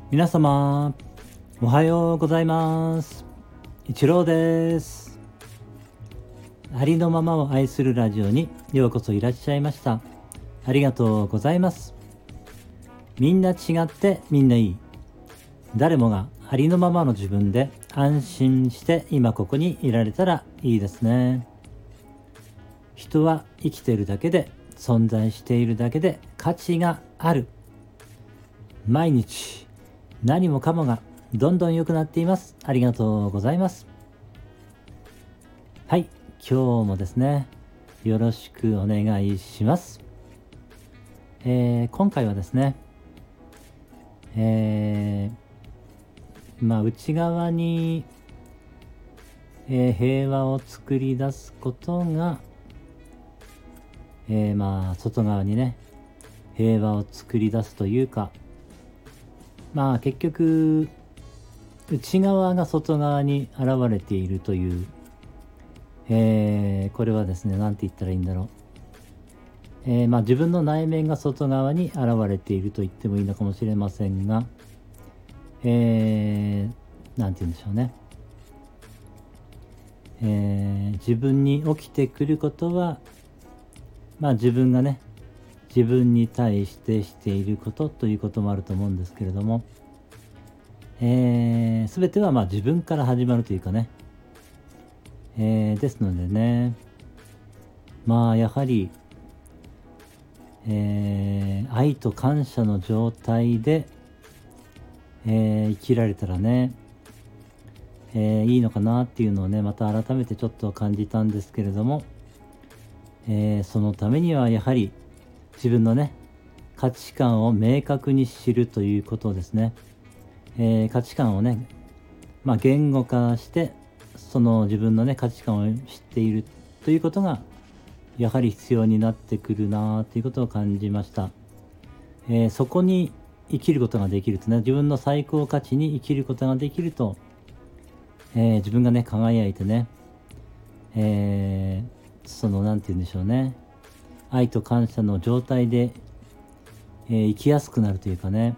皆様おはようございます。一郎です。ありのままを愛するラジオにようこそいらっしゃいました。ありがとうございます。みんな違ってみんないい。誰もがありのままの自分で安心して今ここにいられたらいいですね。人は生きているだけで、存在しているだけで価値がある。毎日何もかもがどんどん良くなっています。ありがとうございます。はい、今日もですね、よろしくお願いします。今回はですね、内側に、平和を作り出すことが、外側にね、平和を作り出すというか、結局内側が外側に現れているという、これはですね、なんて言ったらいいんだろう。自分の内面が外側に現れていると言ってもいいのかもしれませんが、なんて言うんでしょうね。自分に起きてくることは、自分がね、自分に対してしていることということもあると思うんですけれども、全ては自分から始まるというかね、ですのでね、やはり、愛と感謝の状態で、生きられたらね、いいのかなっていうのをね、また改めてちょっと感じたんですけれども、そのためにはやはり自分のね、価値観を明確に知るということですね。価値観をね、言語化して、その自分のね、価値観を知っているということが、やはり必要になってくるなということを感じました。そこに生きることができるとね、自分の最高価値に生きることができると、自分がね、輝いてね、なんて言うんでしょうね、愛と感謝の状態で、生きやすくなるというかね、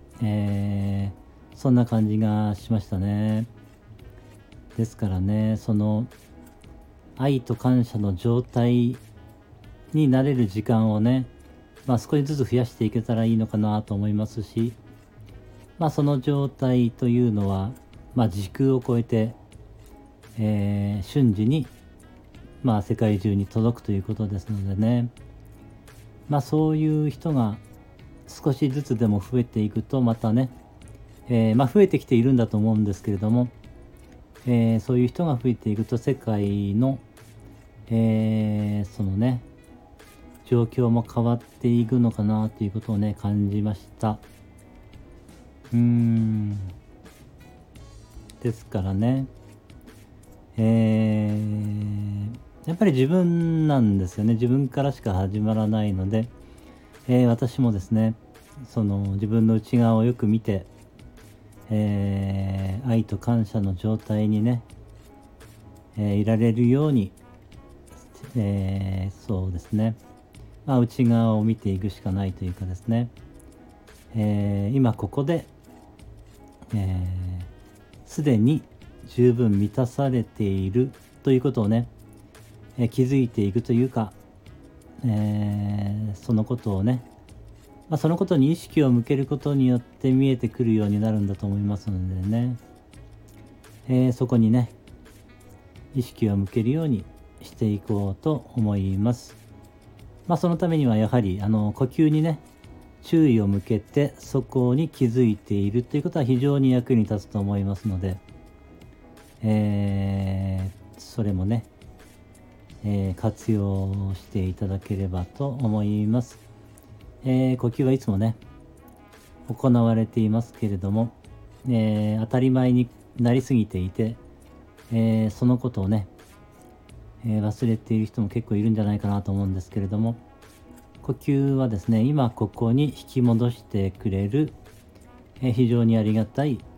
そんな感じがしましたね。ですからね、その愛と感謝の状態になれる時間をね、少しずつ増やしていけたらいいのかなと思いますし、その状態というのは、時空を超えて、瞬時に、世界中に届くということですのでね、そういう人が少しずつでも増えていくとまたね、増えてきているんだと思うんですけれども、そういう人が増えていくと世界の、そのね、状況も変わっていくのかなということをね、感じました。ですからね、やっぱり自分なんですよね。自分からしか始まらないので、私もですね、その自分の内側をよく見て、愛と感謝の状態にね、いられるように、そうですね、内側を見ていくしかないというかですね、今ここで、すでに十分満たされているということをね、気づいていくというか、そのことをね、そのことに意識を向けることによって見えてくるようになるんだと思いますのでね、そこにね、意識を向けるようにしていこうと思います。そのためにはやはり呼吸にね、注意を向けてそこに気づいているということは非常に役に立つと思いますので、それもね、活用していただければと思います。呼吸はいつもね、行われていますけれども、当たり前になりすぎていて、そのことをね、忘れている人も結構いるんじゃないかなと思うんですけれども、呼吸はですね、今ここに引き戻してくれる、非常にありがたい、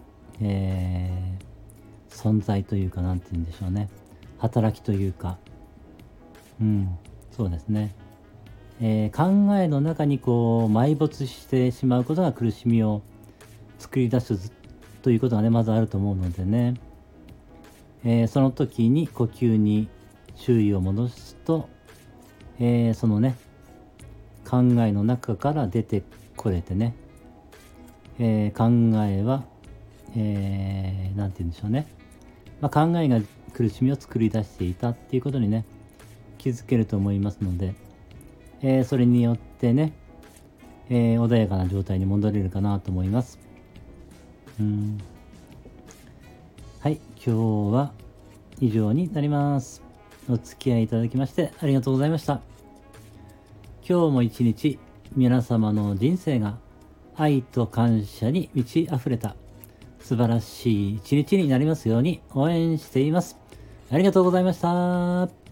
存在というか、なんて言うんでしょうね、働きというか、そうですね、考えの中に埋没してしまうことが苦しみを作り出すということがね、まずあると思うのでね、その時に呼吸に注意を戻すと、そのね、考えの中から出てこれてね、考えは、なんて言うんでしょうね。考えが苦しみを作り出していたっていうことにね、気づけると思いますので、それによってね、穏やかな状態に戻れるかなと思います。はい、今日は以上になります。お付き合いいただきましてありがとうございました。今日も一日皆様の人生が愛と感謝に満ち溢れた素晴らしい一日になりますように応援しています。ありがとうございました。